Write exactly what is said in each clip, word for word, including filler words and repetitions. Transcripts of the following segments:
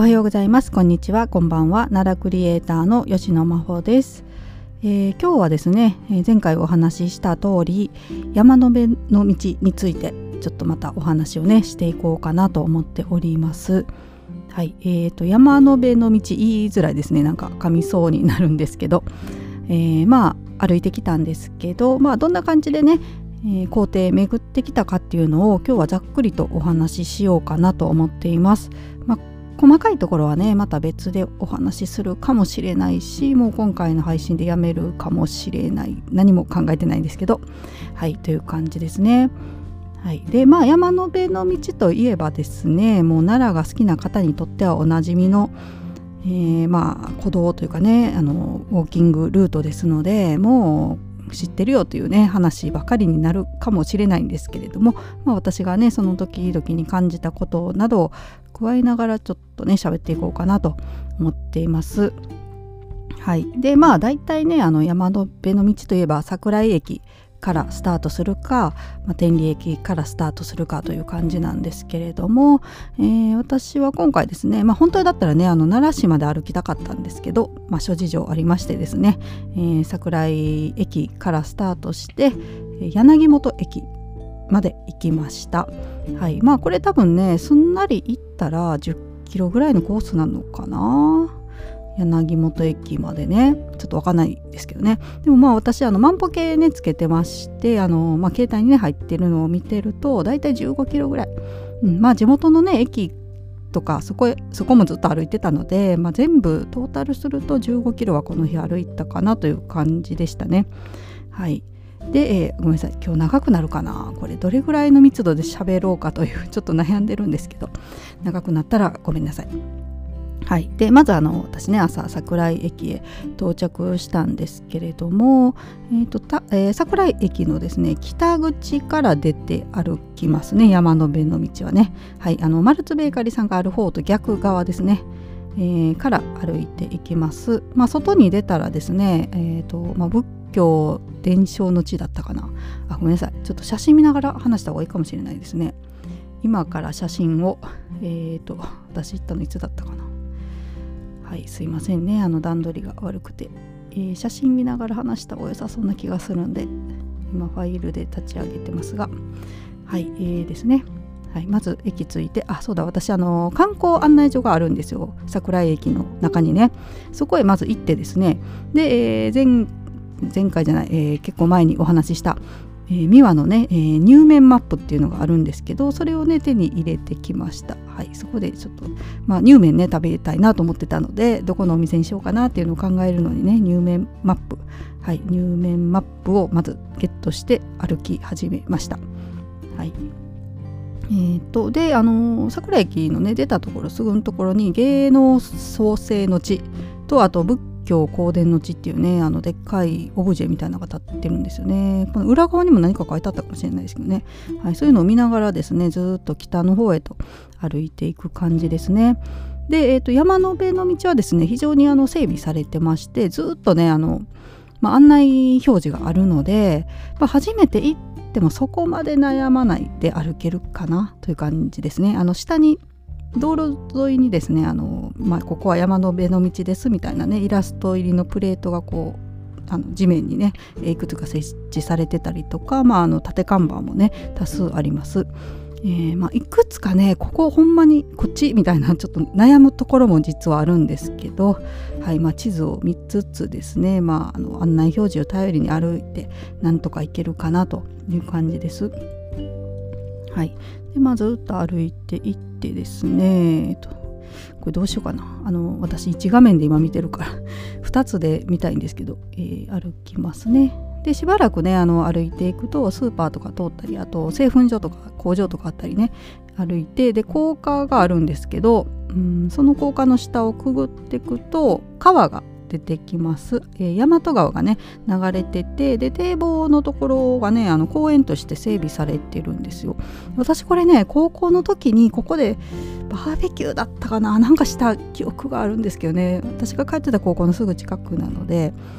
はようございます。こんにちは、こんばんは。奈良クリエイターの吉野真帆です。えー、今日はですね、えー、前回お話しした通り山の辺の道についてちょっとまたお話をねしていこうかなと思っております。はい、えーと山の辺の道、言いづらいですね。なんか噛みそうになるんですけど、えー、まあ歩いてきたんですけど、まあどんな感じでね、えー、工程巡ってきたかっていうのを今日はざっくりとお話ししようかなと思っています。まあ細かいところはねまた別でお話しするかもしれないし、もう今回の配信でやめるかもしれない、何も考えてないんですけど、はいという感じですね。はい、でまあ山の辺の道といえばですね、もう奈良が好きな方にとってはおなじみの、えー、まあ古道というかね、あのウォーキングルートですので、もう知ってるよというね話ばかりになるかもしれないんですけれども、まあ、私がねその時々に感じたことなどを加えながらちょっとね喋っていこうかなと思っています。はい、でまあだいたいねあの山の辺の道といえば桜井駅からスタートするか、まあ、天理駅からスタートするかという感じなんですけれども、えー、私は今回ですね、まあ、本当だったらねあの奈良市まで歩きたかったんですけど、まあ、諸事情ありましてですね、えー、桜井駅からスタートして柳本駅まで行きました。はい、まあこれ多分ねすんなり行ったらじゅっキロぐらいのコースなのかな、柳本駅までね、ちょっとわかんないですけどね。でもまあ私あの万歩計ねつけてまして、あの、まあ、携帯にね入ってるのを見てるとだいたいじゅうごキロぐらい、うん、まあ地元のね駅とかそこへそこもずっと歩いてたので、まあ、全部トータルするとじゅうごキロはこの日歩いたかなという感じでしたね。はいで、えー、ごめんなさい、今日長くなるかな、これどれぐらいの密度で喋ろうかというちょっと悩んでるんですけど、長くなったらごめんなさい。はい、でまずあの私ね朝桜井駅へ到着したんですけれども、えーとたえー、桜井駅のですね北口から出て歩きますね、山の辺の道はね。はい、あのマルツベーカリーさんがある方と逆側ですね、えー、から歩いていきます。まあ、外に出たらですね、えーとまあ、仏教伝承の地だったかなあ、ごめんなさい、ちょっと写真見ながら話した方がいいかもしれないですね。今から写真をえーと私行ったのいつだったかな、はい、すいませんね、あの段取りが悪くて、えー、写真見ながら話した方が良さそうな気がするんで今ファイルで立ち上げてますが、はい、えー、ですね、はい、まず駅着いて、あそうだ、私あの観光案内所があるんですよ、桜井駅の中にね。そこへまず行ってですね、で、えー、前, 前回じゃない、えー、結構前にお話ししたえー、三輪のね、えー、入麺マップっていうのがあるんですけど、それをね手に入れてきました。はい、そこでちょっと、まあ、乳麺ね食べたいなと思ってたので、どこのお店にしようかなっていうのを考えるのにね、乳麺マップ、はい、乳麺マップをまずゲットして歩き始めました。はい、えー、とであのー、桜駅のね出たところすぐのところに芸能創生の地と、あと仏教香典の地っていうね、あのでっかいオブジェみたいなのが立ってるんですよね。この裏側にも何か書いてあったかもしれないですけどね、はい、そういうのを見ながらですねずっと北の方へと歩いていく感じですね。で、えー、と山の辺の道はですね非常にあの整備されてまして、ずっとねあの、まあ、案内表示があるので、まあ、初めて行ってもそこまで悩まないで歩けるかなという感じですね。あの下に道路沿いにですね、あの、まあ、ここは山の辺の道ですみたいなねイラスト入りのプレートがこうあの地面にねいくつか設置されてたりとか、まあ、あの縦看板もね多数あります。えーまあ、いくつかねここほんまにこっちみたいなちょっと悩むところも実はあるんですけど、はいまあ、地図を見つつですね、まあ、あの案内表示を頼りに歩いてなんとか行けるかなという感じです。はい、でまあ、ずっと歩いていってですね、えっと、これどうしようかな、あの私いち画面で今見てるからふたつで見たいんですけど、えー、歩きますね。でしばらくねあの歩いていくとスーパーとか通ったり、あと製粉所とか工場とかあったりね歩いて、で高架があるんですけど、うんその高架の下をくぐっていくと川が出てきます。えー、大和川がね流れてて、で堤防のところがねあの公園として整備されてるんですよ。私これね高校の時にここでバーベキューだったかな、なんかした記憶があるんですけどね、私が通ってた高校のすぐ近くなので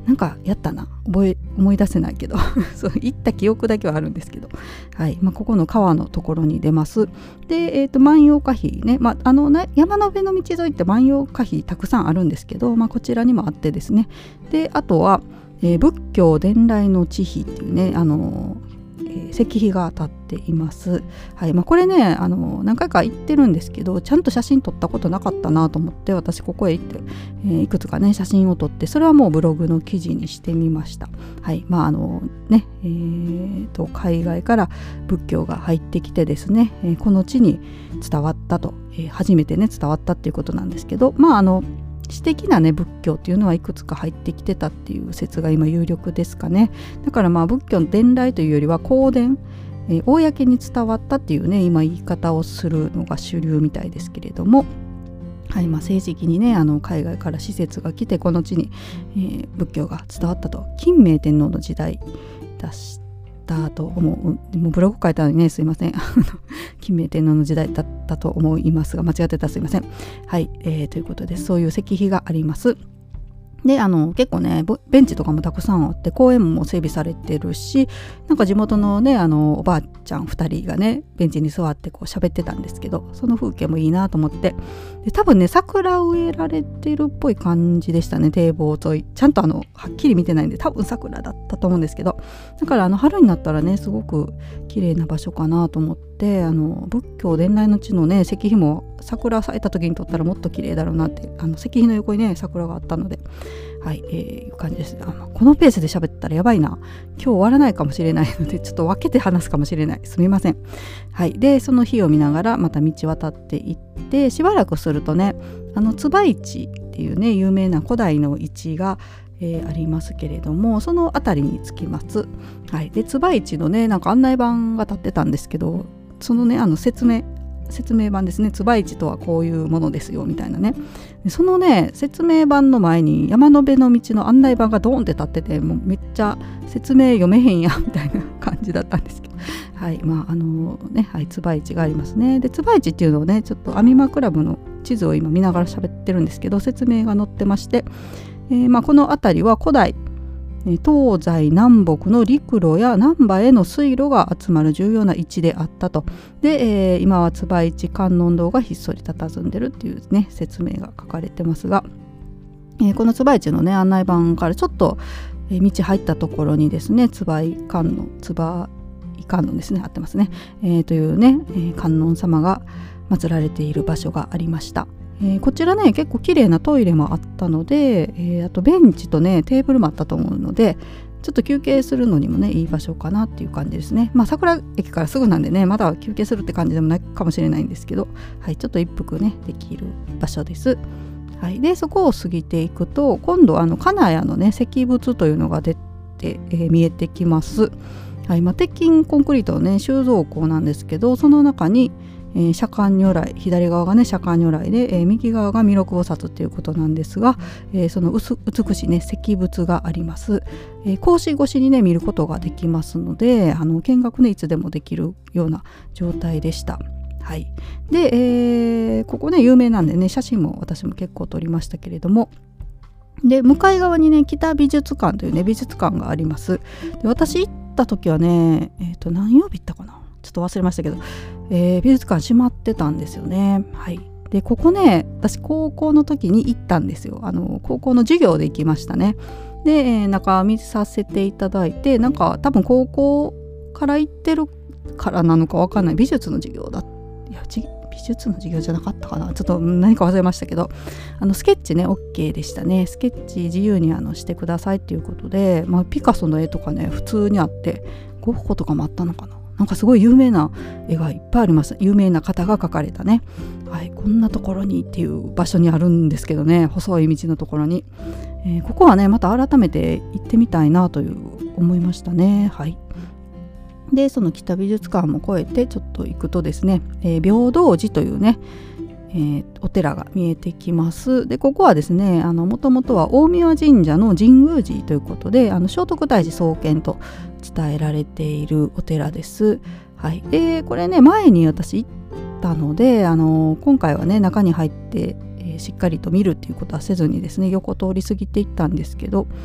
なんかやったな覚え思い出せないけどそう行った記憶だけはあるんですけど、はいまあ、ここの川のところに出ます。で、えーと、万葉歌碑ね、まあ、あのね山辺の道沿いって万葉歌碑たくさんあるんですけど、まあ、こちらにもあってですね、であとは、えー、仏教伝来の地碑っていうね、あのーえー、石碑が立っています。はいまあ、これね、あのー、何回か行ってるんですけど、ちゃんと写真撮ったことなかったなと思って、私ここへ行って、えー、いくつかね写真を撮って、それはもうブログの記事にしてみました。はいまああのねえー、と海外から仏教が入ってきてですね、えー、この地に伝わったと、えー、初めてね伝わったっていうことなんですけど、まああの私的なね仏教っていうのはいくつか入ってきてたっていう説が今有力ですかね。だからまあ仏教の伝来というよりは公伝、えー、公に伝わったっていうね今言い方をするのが主流みたいですけれども、はいまあ、正式にねあの海外から使節が来てこの地に、えー、仏教が伝わったと、金明天皇の時代だしたと思う。もうブログ書いたのにねすいません金明天皇の時代だったと思いますが、間違ってたらすいません。はい、えー、ということでそういう石碑があります。であの結構ねベンチとかもたくさんあって公園も整備されてるし、なんか地元のねあのおばあちゃんふたりがねベンチに座ってこう喋ってたんですけど、その風景もいいなと思って、で多分ね桜植えられてるっぽい感じでしたね、堤防沿い。ちゃんとあのはっきり見てないんで多分桜だったと思うんですけど、だからあの春になったらねすごく綺麗な場所かなと思って、あの仏教伝来の地のね石碑も桜咲いた時に撮ったらもっと綺麗だろうなって、あの石碑の横にね桜があったので、はい、えー、いう感じです。あのこのペースで喋ったらやばいな、今日終わらないかもしれないのでちょっと分けて話すかもしれない、すみません。はい、でその日を見ながらまた道渡っていって、しばらくするとねあの椿市っていうね有名な古代の市が、えー、ありますけれども、その辺りに着きます。はい、で椿市のねなんか案内板が立ってたんですけど、そのねあの説明説明版ですね、椿市とはこういうものですよみたいなね、そのね説明版の前に山辺の道の案内板がドーンって立ってて、もうめっちゃ説明読めへんやみたいな感じだったんですけど、はいまああのねはい椿市がありますね。で椿市っていうのをねちょっとアミマクラブの地図を今見ながら喋ってるんですけど、説明が載ってまして、えーまあ、この辺りは古代東西南北の陸路や難波への水路が集まる重要な位置であったと。で、えー、今は椿市観音堂がひっそり佇んでるっていうね説明が書かれてますが、えー、この椿市のね案内板からちょっと、えー、道入ったところにですね椿観音椿観音ですね合ってますね、えー、というね、えー、観音様が祀られている場所がありました。えー、こちらね結構綺麗なトイレもあったので、えー、あとベンチとねテーブルもあったと思うので、ちょっと休憩するのにもねいい場所かなっていう感じですね。まあ桜駅からすぐなんでねまだ休憩するって感じでもないかもしれないんですけど、はい、ちょっと一服ねできる場所です。はい、でそこを過ぎていくと今度あの金谷のね石仏というのが出て、えー、見えてきます。はい、まあ、鉄筋コンクリートのね収蔵庫なんですけど、その中にえー、釈迦如来、左側がね釈迦如来で、えー、右側が弥勒菩薩ということなんですが、えー、その美しいね石仏があります。えー、格子越しにね見ることができますので、あの見学ねいつでもできるような状態でした。はい、で、えー、ここね有名なんでね写真も私も結構撮りましたけれども、で向かい側にね北美術館というね美術館があります。で私行った時はね、えーと何曜日行ったかなちょっと忘れましたけど、えー、美術館閉まってたんですよね。はい、でここね私高校の時に行ったんですよ。あの高校の授業で行きましたね。で、えー、中見させていただいて、なんか多分高校から行ってるからなのかわかんない、美術の授業だいや美術の授業じゃなかったかな、ちょっと何か忘れましたけど、あのスケッチね OK でしたね。スケッチ自由にあのしてくださいっていうことで、まあ、ピカソの絵とかね普通にあって、ゴッホとかもあったのかな、なんかすごい有名な絵がいっぱいあります。有名な方が描かれたね、はい、こんなところにっていう場所にあるんですけどね、細い道のところに、えー、ここはねまた改めて行ってみたいなという思いましたね。はい、でその北美術館も越えてちょっと行くとですね、えー、平等寺というね、えー、お寺が見えてきます。でここはですねもともとは大宮神社の神宮寺ということで、あの聖徳太子創建と伝えられているお寺です。はい、でこれね前に私行ったので、あの今回はね中に入って、えー、しっかりと見るっていうことはせずにですね横通り過ぎていったんですけど、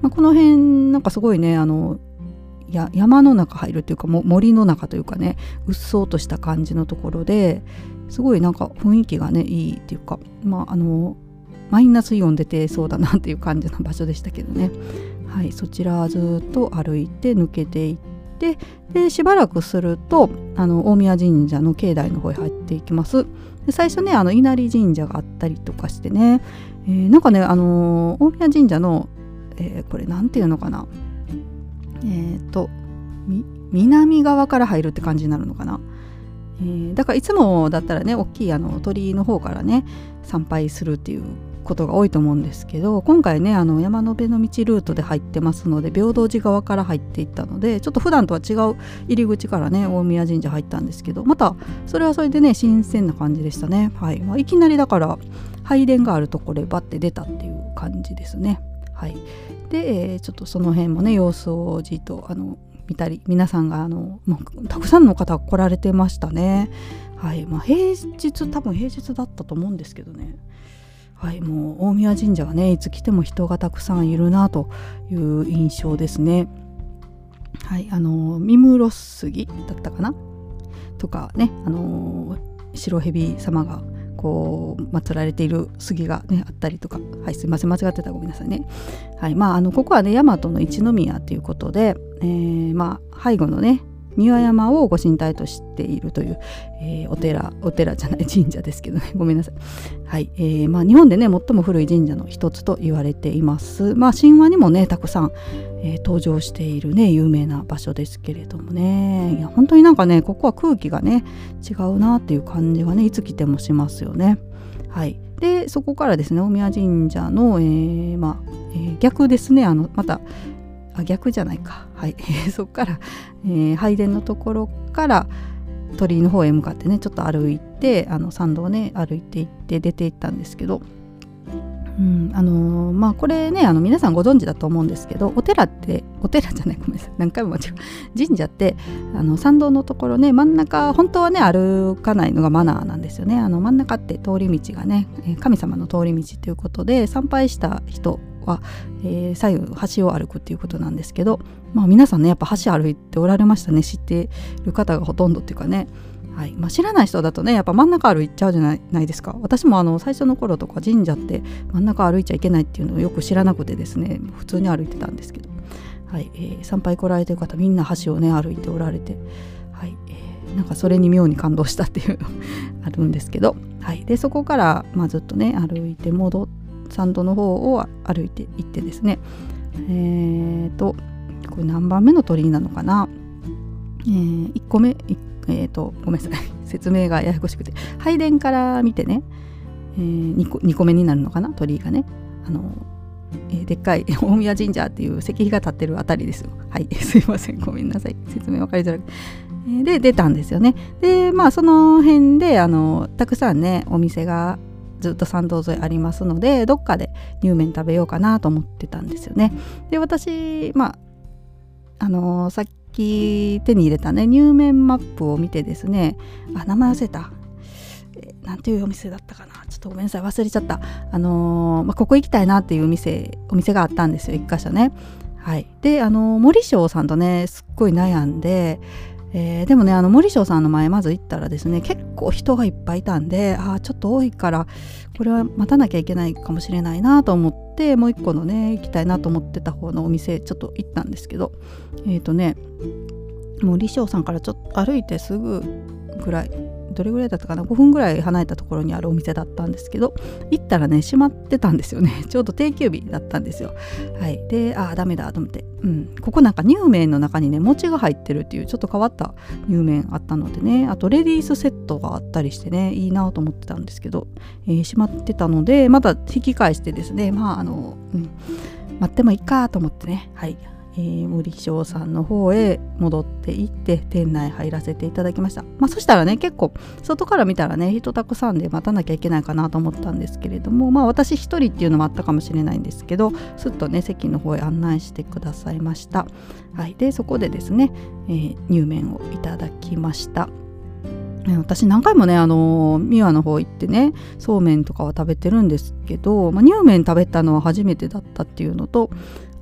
まあ、この辺なんかすごいねあのや山の中入るっていうかも森の中というかね、うっそうとした感じのところですごいなんか雰囲気がねいいっていうか、まああのマイナスイオン出てそうだなっていう感じの場所でしたけどね。はい、そちらずっと歩いて抜けていって、でしばらくするとあの大宮神社の境内の方へ入っていきます。で最初ねあの稲荷神社があったりとかしてね、えー、なんかねあの大宮神社の、えー、これなんていうのかな、えー、と南側から入るって感じになるのかな、えー、だからいつもだったらね大きいあの鳥居の方からね参拝するっていうことが多いと思うんですけど、今回ねあの山辺の道ルートで入ってますので平等寺側から入っていったので、ちょっと普段とは違う入り口からね大宮神社入ったんですけど、またそれはそれでね新鮮な感じでしたね。はい、まあ、いきなりだから拝殿があるところへバッて出たっていう感じですね。はい、で、えー、ちょっとその辺もね様子をじっとあの見たり、皆さんがあの、まあ、たくさんの方が来られてましたね。はい、まあ、平日多分平日だったと思うんですけどね。はい、もう大宮神社はねいつ来ても人がたくさんいるなという印象ですね。はい、あの三室杉だったかなとかね、あの白蛇様がこう祀られている杉がねあったりとか、はい、すいません間違ってたらごめんなさいね。はい、まああのここはね大和の一宮ということで、えー、まあ背後のね三輪山をご神体としているという、えー、お寺お寺じゃない神社ですけどね、ごめんなさい。はい、えー、まあ日本でね最も古い神社の一つと言われています。まあ神話にもねたくさん、えー、登場しているね有名な場所ですけれどもね、いや本当になんかねここは空気がね違うなっていう感じがねいつ来てもしますよね。はい、でそこからですね大宮神社の、えーまあえー、逆ですね、あのまたあ逆じゃないか、はい、そこから、えー、拝殿のところから鳥居の方へ向かってねちょっと歩いてあの参道をね歩いていって出て行ったんですけど、うんあのー、まあこれねあの皆さんご存知だと思うんですけど、お寺ってお寺じゃないごめんなさい何回も間違う神社ってあの参道のところね真ん中本当はね歩かないのがマナーなんですよね。あの真ん中って通り道がね神様の通り道ということで参拝した人は、えー、左右橋を歩くっていうことなんですけど、まあ、皆さんねやっぱ橋歩いておられましたね。知っている方がほとんどっていうかね、はい、まあ、知らない人だとねやっぱ真ん中歩いちゃうじゃない、ないですか。私もあの最初の頃とか神社って真ん中歩いちゃいけないっていうのをよく知らなくてですね普通に歩いてたんですけど、はいえー、参拝来られてる方みんな橋をね歩いておられて、はいえー、なんかそれに妙に感動したっていうあるんですけど、はい、でそこから、まあ、ずっとね歩いて戻って参道の方を歩いていってですね、えーとこれ何番目の鳥居なのかな、えー、いっこめ、えーとごめんなさい説明がややこしくて、拝殿から見てね、えー、2, 個にこめになるのかな鳥居がね、あの、えー、でっかい大宮神社っていう石碑が立ってるあたりですよ。はいすいませんごめんなさい説明分かりづらくて、で出たんですよね。でまあその辺であのたくさんねお店がずっと参道沿いありますので、どっかで乳麺食べようかなと思ってたんですよね。で私まああのー、さっき手に入れたね乳麺マップを見てですね、あ名前忘れた、えなんていうお店だったかな、ちょっとごめんなさい忘れちゃった。あのーまあ、ここ行きたいなっていうお店お店があったんですよ、一箇所ね。はい、であのー、森章さんとねすっごい悩んで、えー、でもねあの森章さんの前まず行ったらですね結構人がいっぱいいたんで、あちょっと多いからこれは待たなきゃいけないかもしれないなと思って、もう一個のね行きたいなと思ってた方のお店ちょっと行ったんですけど、えっ、ー、とね森章さんからちょっと歩いてすぐぐらい、どれぐらいだったかな、ごふんぐらい離れたところにあるお店だったんですけど、行ったらね閉まってたんですよね。ちょうど定休日だったんですよ。はい、であーダメだと思って、うん、ここなんか乳麺の中にね餅が入ってるっていうちょっと変わった乳麺あったのでね、あとレディースセットがあったりしてねいいなと思ってたんですけど、えー、閉まってたのでまた引き返してですね、まああの、うん、待ってもいいかと思ってね、はいえー、森章さんの方へ戻って行って店内入らせていただきました。まあそしたらね結構外から見たらね人たくさんで待たなきゃいけないかなと思ったんですけれども、まあ私一人っていうのもあったかもしれないんですけど、すっとね席の方へ案内してくださいました。はい、でそこでですね、えー、乳麺をいただきました。私何回もねあの三輪の方行ってねそうめんとかは食べてるんですけど、まあ、乳麺食べたのは初めてだったっていうのと、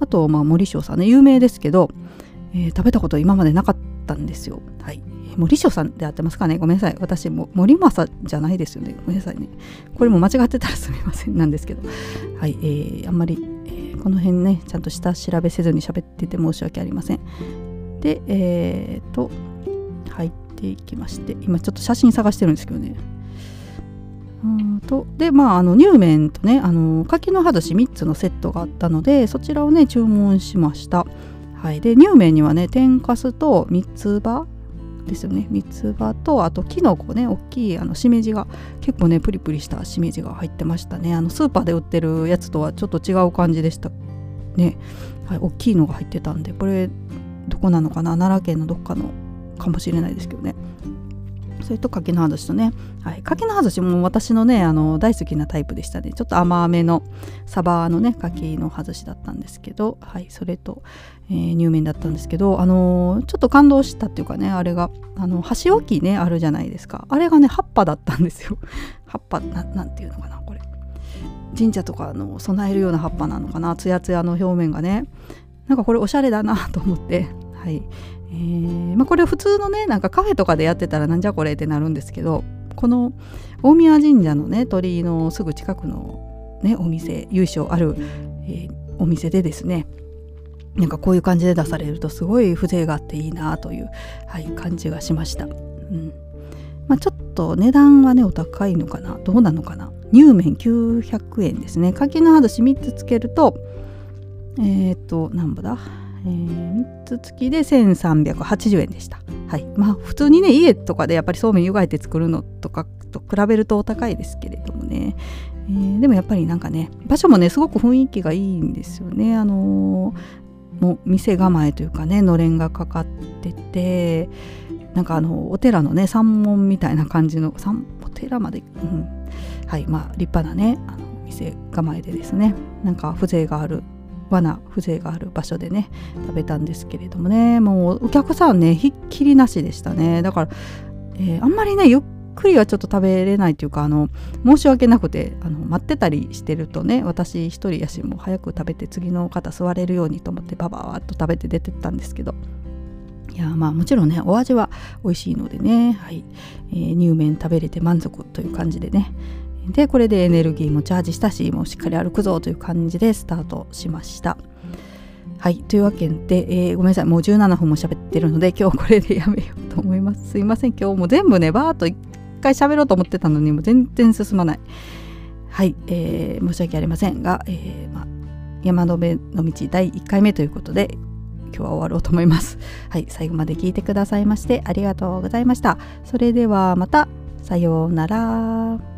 あと、まあ、森翔さんね、有名ですけど、えー、食べたこと今までなかったんですよ。はい、森翔さんで合ってますかね。ごめんなさい、私も森正じゃないですよね。ごめんなさいね、これも間違ってたらすみませんなんですけど、はい、えー、あんまり、えー、この辺ねちゃんと下調べせずに喋ってて申し訳ありません。でえー、と入っていきまして、今ちょっと写真探してるんですけどね。うんとでまああの乳麺とね、あの柿の葉寿司みっつのセットがあったので、そちらをね注文しました。はい、で乳麺にはね天かすと三つ葉ですよね、三つ葉とあときのこね、大きいあのしめじが結構ねプリプリしたしめじが入ってましたね。あのスーパーで売ってるやつとはちょっと違う感じでしたね。はい、大きいのが入ってたんで、これどこなのかな、奈良県のどっかのかもしれないですけどね。それと柿の葉寿司とね、はい、柿の葉寿司も私のねあの大好きなタイプでしたね。ちょっと甘めのサバのね柿の葉寿司だったんですけど、はい、それと、えー、乳麺だったんですけど、あのー、ちょっと感動したっていうかね、あれがあの箸置きねあるじゃないですか。あれがね葉っぱだったんですよ。葉っぱ な, なんていうのかな、これ神社とかの備えるような葉っぱなのかな、つやつやの表面がね、なんかこれおしゃれだなと思って、はい、えーまあ、これ普通のねなんかカフェとかでやってたらなんじゃこれってなるんですけど、この大宮神社のね鳥居のすぐ近くのねお店、由緒ある、えー、お店でですね、なんかこういう感じで出されるとすごい風情があっていいなという、はい、感じがしました。うん、まあ、ちょっと値段はねお高いのかな、どうなのかな。乳麺きゅうひゃくえんですね。柿の葉寿司みっつつけるとえっ、ー、と何ぼだえー、みっつ付きでせんさんびゃくはちじゅうえんでした。はい、まあ普通にね家とかでやっぱりそうめん湯がいて作るのとかと比べるとお高いですけれどもね、えー、でもやっぱりなんかね場所もねすごく雰囲気がいいんですよね。あのー、もう店構えというかねのれんがかかってて、なんかあのお寺のね山門みたいな感じのお寺まで、うん、はいまあ立派なねあの店構えでですね、なんか風情がある和な風情がある場所でね食べたんですけれどもね、もうお客さんねひっきりなしでしたね。だから、えー、あんまりねゆっくりはちょっと食べれないというか、あの申し訳なくてあの待ってたりしてるとね、私一人やしも早く食べて次の方座れるようにと思ってババーっと食べて出てったんですけど、いやまあもちろんねお味は美味しいのでね、はいえー、乳麺食べれて満足という感じでね、でこれでエネルギーもチャージしたし、もうしっかり歩くぞという感じでスタートしました。はいというわけで、えー、ごめんなさい、もうじゅうななふんも喋ってるので今日これでやめようと思います。すいません、今日も全部ねバーっと一回喋ろうと思ってたのにもう全然進まない。はい、えー、申し訳ありませんが、えーま、山の辺の道だいいっかいめということで今日は終わろうと思います。はい、最後まで聞いてくださいましてありがとうございました。それではまた、さようなら。